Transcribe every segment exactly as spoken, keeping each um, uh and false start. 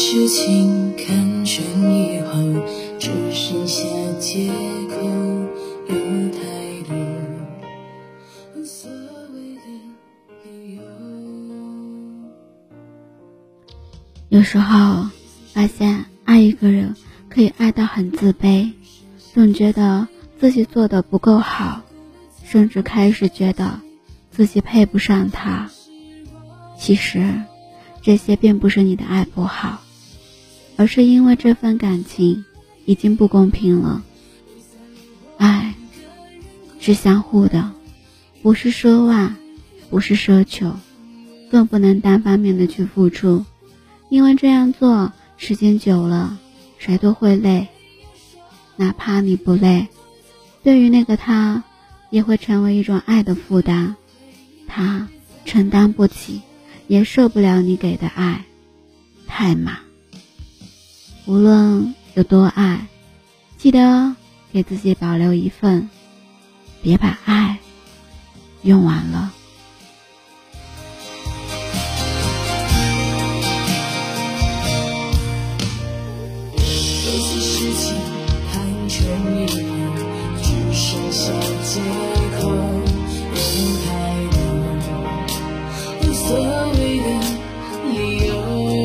事情看全以后，只剩下借口，有太多无所谓的理由。 有时候发现爱一个人可以爱到很自卑，总觉得自己做得不够好，甚至开始觉得自己配不上他。其实这些并不是你的爱不好，而是因为这份感情已经不公平了。爱是相互的，不是奢望，不是奢求，更不能单方面的去付出，因为这样做时间久了谁都会累，哪怕你不累，对于那个他也会成为一种爱的负担，他承担不起，也受不了你给的爱，太满。无论有多爱，记得给自己保留一份，别把爱用完了。 有些事情看全以后，只剩下借口，有太多无所谓的理由。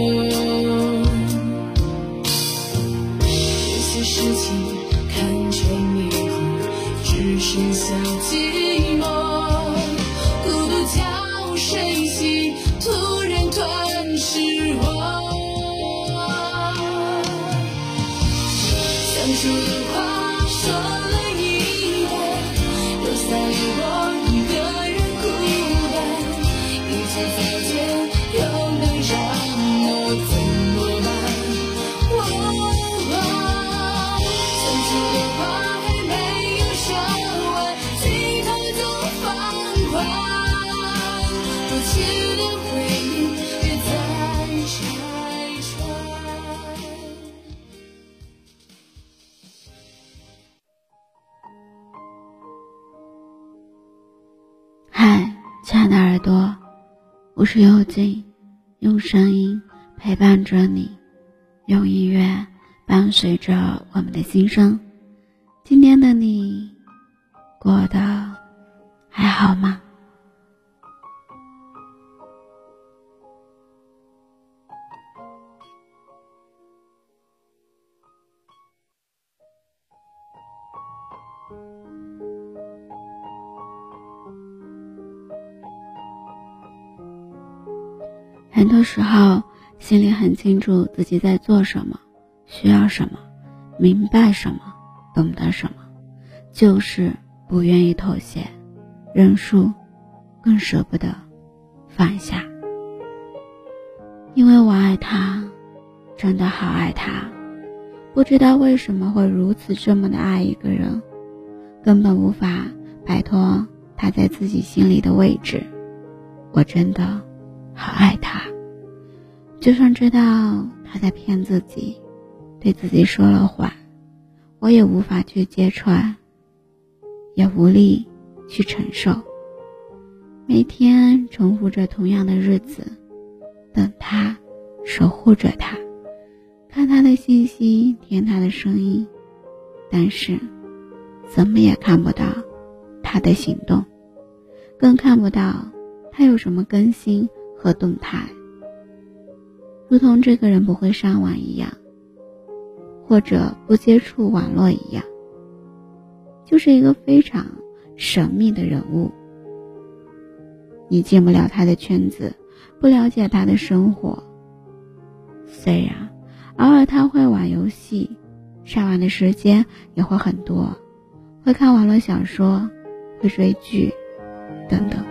有些事情看全以后，只剩下寂寞，孤独叫谁心突然断失我。想说的话说了一半，留下我一个人孤单，一切再见又能让我怎么办？哦哦、想说的话还没有说完，镜头就放宽，过去的回忆别再拆穿。 嗨，亲爱的耳朵，我是幽静，用声音陪伴着你，用音乐伴随着我们的心声。今天的你过得还好吗？很多时候心里很清楚自己在做什么，需要什么，明白什么，懂得什么，就是不愿意妥协认输，更舍不得放下。因为我爱他，真的好爱他，不知道为什么会如此这么的爱一个人，根本无法摆脱他在自己心里的位置。我真的好爱他，就算知道他在骗自己，对自己说了谎，我也无法去揭穿，也无力去承受。每天重复着同样的日子，等他，守护着他，看他的信息，听他的声音，但是怎么也看不到他的行动，更看不到他有什么更新和动态，如同这个人不会上网一样，或者不接触网络一样，就是一个非常神秘的人物。你进不了他的圈子，不了解他的生活。虽然偶尔他会玩游戏，上网的时间也会很多，会看网络小说，会追剧等等，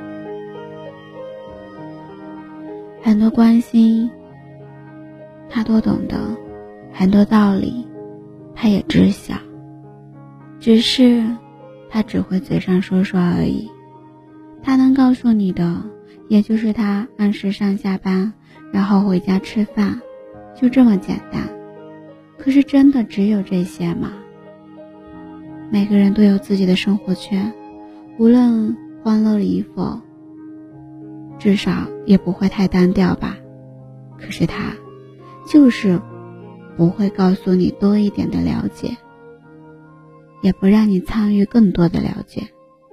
很多关心他都懂得，很多道理他也知晓，只是他只会嘴上说说而已。他能告诉你的也就是他按时上下班，然后回家吃饭，就这么简单。可是真的只有这些吗？每个人都有自己的生活圈，无论欢乐与否，至少也不会太单调吧。可是他就是不会告诉你多一点的了解，也不让你参与更多的了解。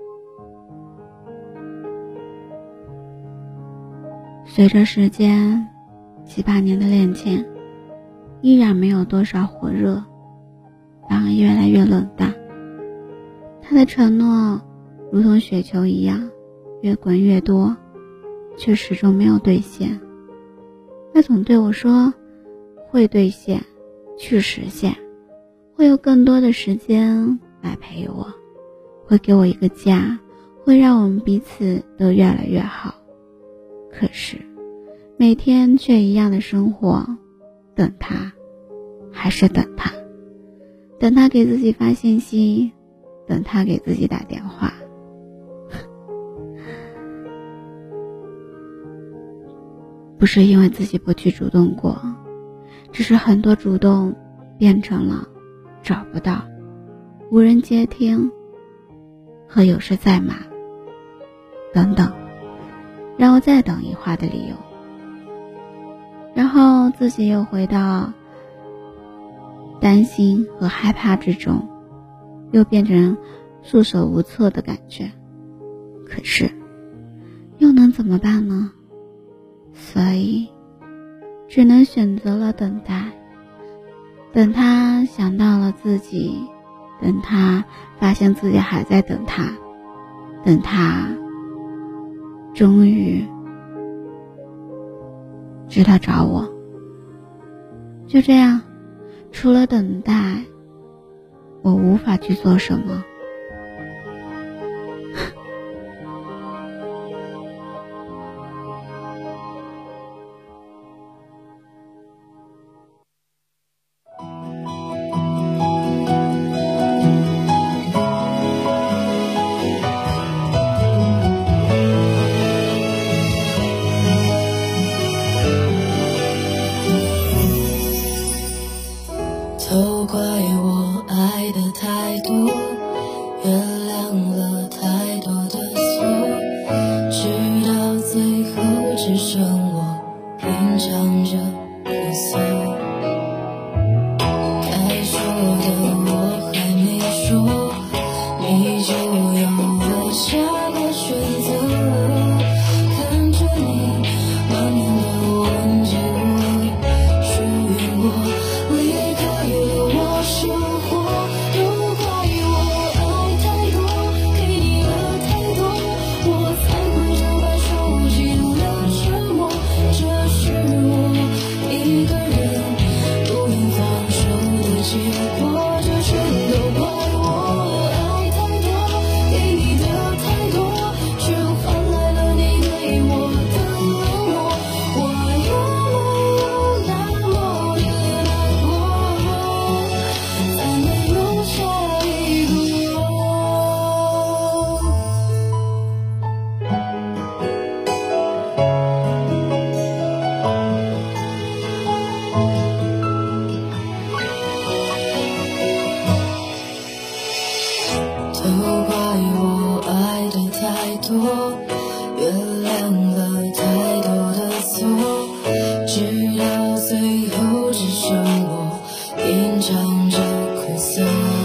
随着时间七八年的恋情，依然没有多少火热，反而越来越冷淡。他的承诺如同雪球一样越滚越多，却始终没有兑现。他总对我说会兑现，去实现，会有更多的时间来陪我，会给我一个家，会让我们彼此都越来越好。可是每天却一样的生活，等他，还是等他，等他给自己发信息，等他给自己打电话。不是因为自己不去主动过，只是很多主动变成了找不到、无人接听和有事在忙等等，让我再等一会儿的理由。然后自己又回到担心和害怕之中，又变成束手无策的感觉。可是又能怎么办呢？所以只能选择了等待，等他想到了自己，等他发现自己还在等他，等他终于知道找我。就这样，除了等待，我无法去做什么。 都怪我爱的太多，原谅了太多的错，直到最后只剩我品尝着苦涩。该说的我还没说，你就有了下个选择。看着你慢慢的忘记我，疏远我，离开了我生活，都怪我爱太多，给你了太多，我才会这般受尽了折磨。这是我一个人不愿放手的结果，这全都怪我爱太多，给你的太多，却换来了你对我的冷漠。我也没有那么的难过，再没有下一个我。都怪我爱的太多，原谅了太多的错，直到最后只剩我品尝着苦涩。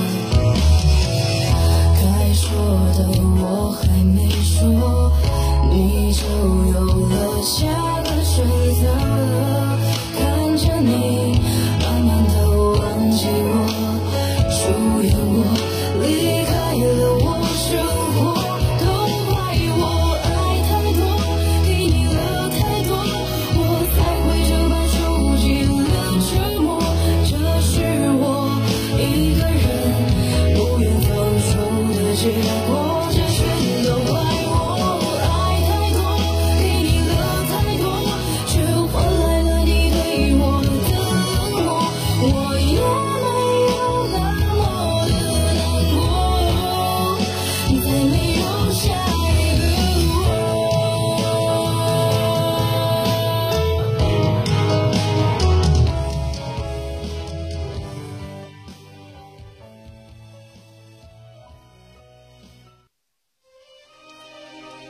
该说的我还没说，你就有了下个选择。看着你慢慢的忘记我，疏远我，离开了我生活，都怪我爱太多，给你了太多，我才会这般受尽了折磨。这是我一个人不愿放手的结果，这全都怪我爱太多，给你了太多，却换来了你对我的冷漠。我也没有那么的难过，再没有下一个我。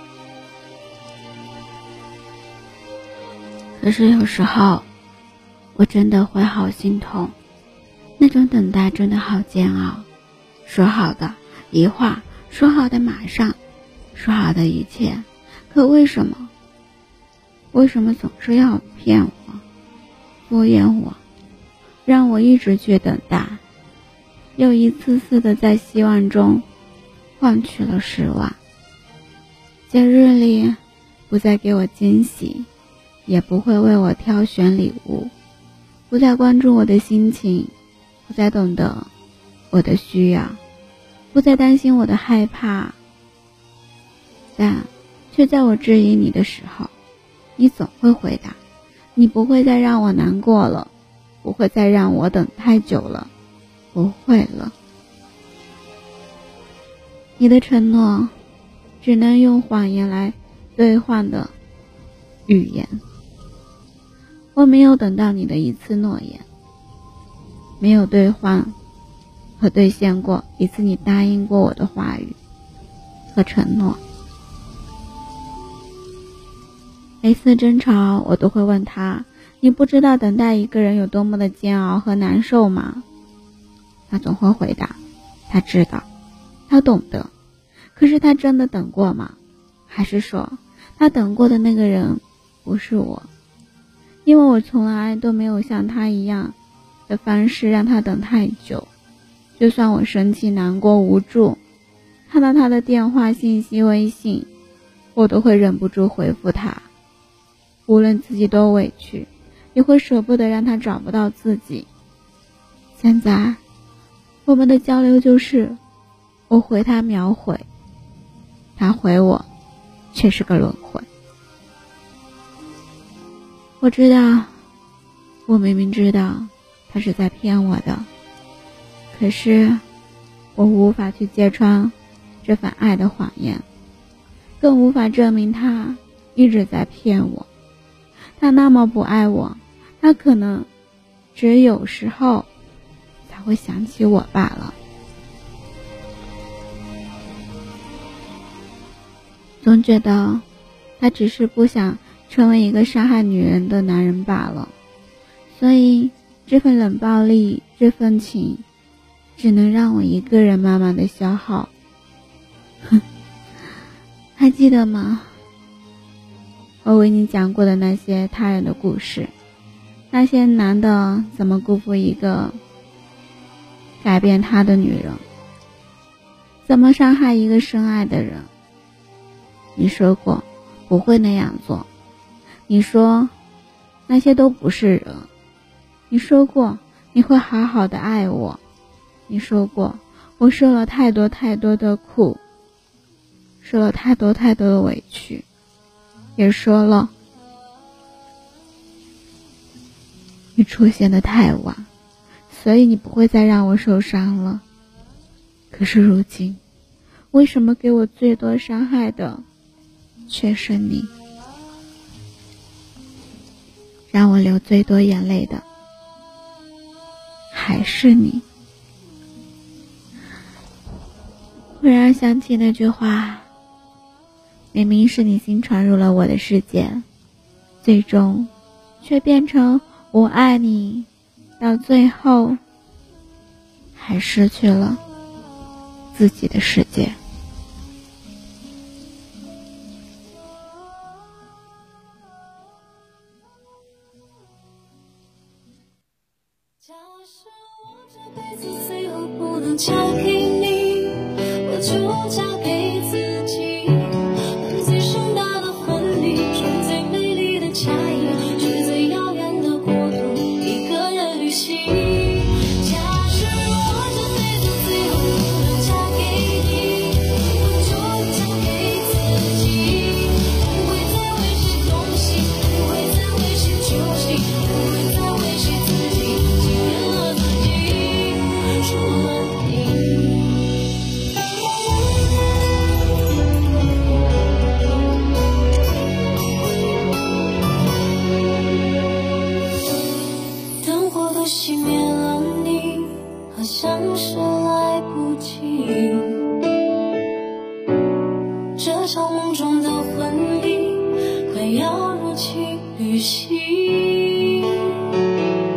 可是有时候我真的会好心痛。那种等待真的好煎熬。说好的一会儿，说好的马上，说好的一切，可为什么为什么总是要骗我，敷衍我，让我一直去等待，又一次次的在希望中换取了失望。节日里不再给我惊喜，也不会为我挑选礼物，不再关注我的心情，不再懂得我的需要，不再担心我的害怕，但却在我质疑你的时候，你总会回答，你不会再让我难过了，不会再让我等太久了，不会了。你的承诺只能用谎言来兑换的语言。我没有等到你的一次诺言，没有兑换和兑现过一次你答应过我的话语和承诺。每次争吵我都会问他，你不知道等待一个人有多么的煎熬和难受吗？他总会回答，他知道，他懂得。可是他真的等过吗？还是说他等过的那个人不是我？因为我从来都没有像他一样的方式让他等太久。就算我生气、难过、无助，看到他的电话信息、微信，我都会忍不住回复他。无论自己多委屈，也会舍不得让他找不到自己。现在我们的交流就是我回他秒回，他回我却是个轮回。我知道，我明明知道他是在骗我的，可是我无法去揭穿这份爱的谎言，更无法证明他一直在骗我。他那么不爱我，他可能只有时候才会想起我罢了。总觉得他只是不想成为一个伤害女人的男人罢了，所以这份冷暴力，这份情只能让我一个人慢慢的消耗。哼，还记得吗？我为你讲过的那些他人的故事，那些男的怎么辜负一个改变他的女人，怎么伤害一个深爱的人。你说过不会那样做，你说那些都不是人，你说过你会好好的爱我，你说过我受了太多太多的苦，受了太多太多的委屈，也说了你出现的太晚，所以你不会再让我受伤了。可是如今，为什么给我最多伤害的却是你？让我流最多眼泪的还是你。忽然想起那句话，明明是你先闯入了我的世界，最终却变成我爱你，到最后还失去了自己的世界。 假设我这辈子最后不能嫁给你，我就嫁给自己，办最盛大的婚礼，穿最美丽的嫁衣，去最遥远的国度，一个人旅行。假设我这辈子最后不能嫁给你，我就嫁给自己，不会再为谁动心，不会再为谁揪心，不会再为谁自己欺骗了自己，除了你。灯火都熄灭了，你好像是来不及。这场梦中的婚礼快要如期举行。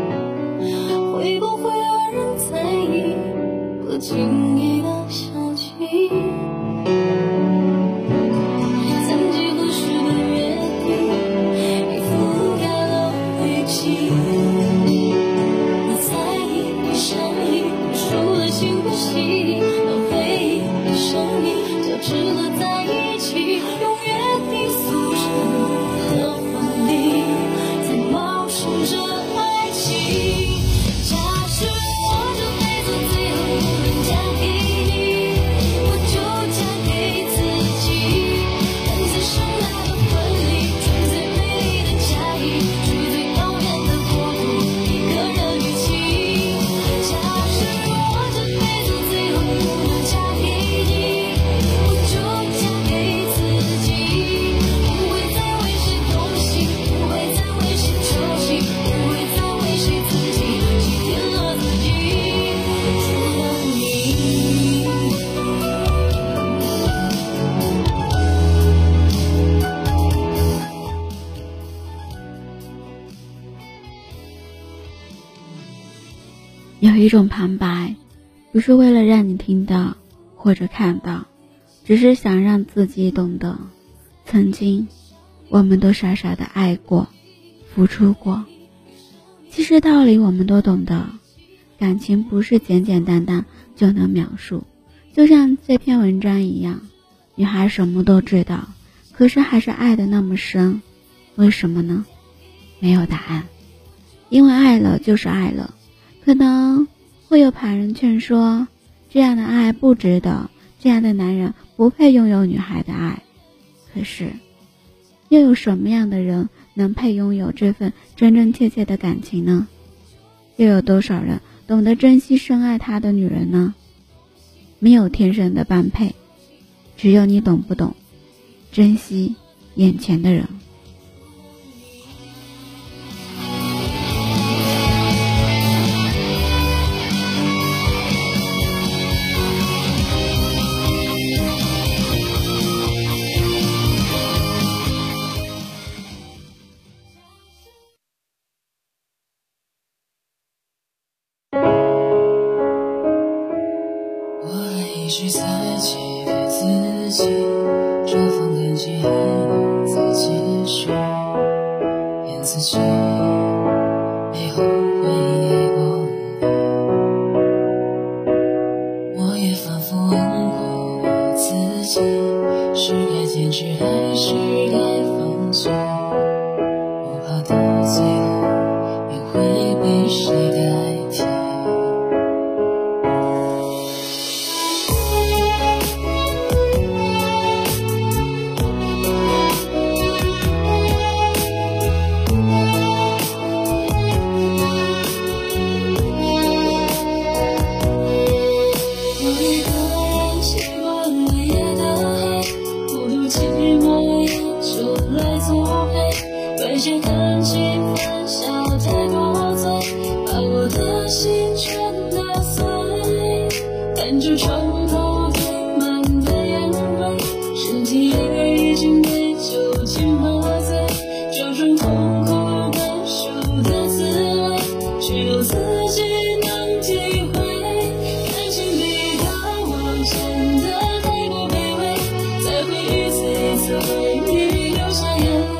有一种旁白，不是为了让你听到或者看到，只是想让自己懂得，曾经我们都傻傻的爱过，付出过。其实道理我们都懂得，感情不是简简单单就能描述。就像这篇文章一样，女孩什么都知道，可是还是爱得那么深，为什么呢？没有答案。因为爱了就是爱了，可能会有旁人劝说，这样的爱不值得，这样的男人不配拥有女孩的爱。可是又有什么样的人能配拥有这份真真切切的感情呢？又有多少人懂得珍惜深爱他的女人呢？没有天生的般配，只有你懂不懂珍惜眼前的人。 一句自己给自己，这份感情还能再继续，骗自己没后悔爱过你。我也反复问过我自己，是该坚持还是该放弃，我怕到最后又会被谁代替。分享感情分享太多醉，把我的心全打碎，看着床头堆满的烟灰，身体也已经被酒精麻醉，这种痛苦感受的滋味，只有自己能体会。感情里的我真的太过卑微，才会一次一次为你流下眼泪。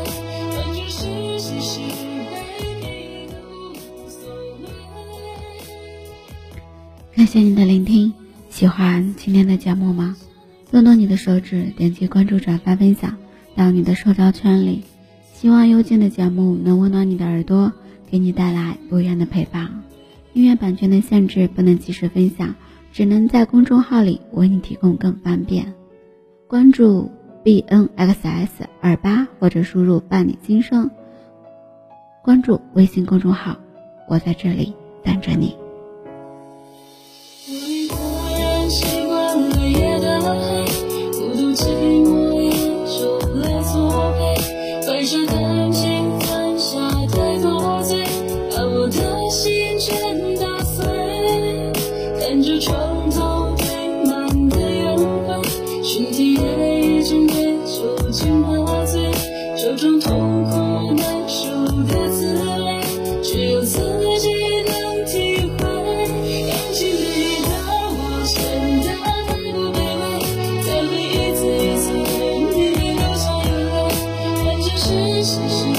感谢你的聆听，喜欢今天的节目吗？动动你的手指，点击关注、转发、分享到你的社交圈里。希望幽静的节目能温暖你的耳朵，给你带来不一样的陪伴。音乐版权的限制不能及时分享，只能在公众号里为你提供更方便。关注 B N X S 二八或者输入伴你今生，关注微信公众号，我在这里等着你。 我一个人习惯了夜的黑，孤独寂寞也就来作陪，分享感情分下太多醉，把我的心全打碎，看着床头堆满的烟灰，身体也已经被酒精麻醉，这种痛苦难受的滋味，只有自己能体会。感情里的我真的太过卑微，才会一次一次为你流下眼泪，反正是谁是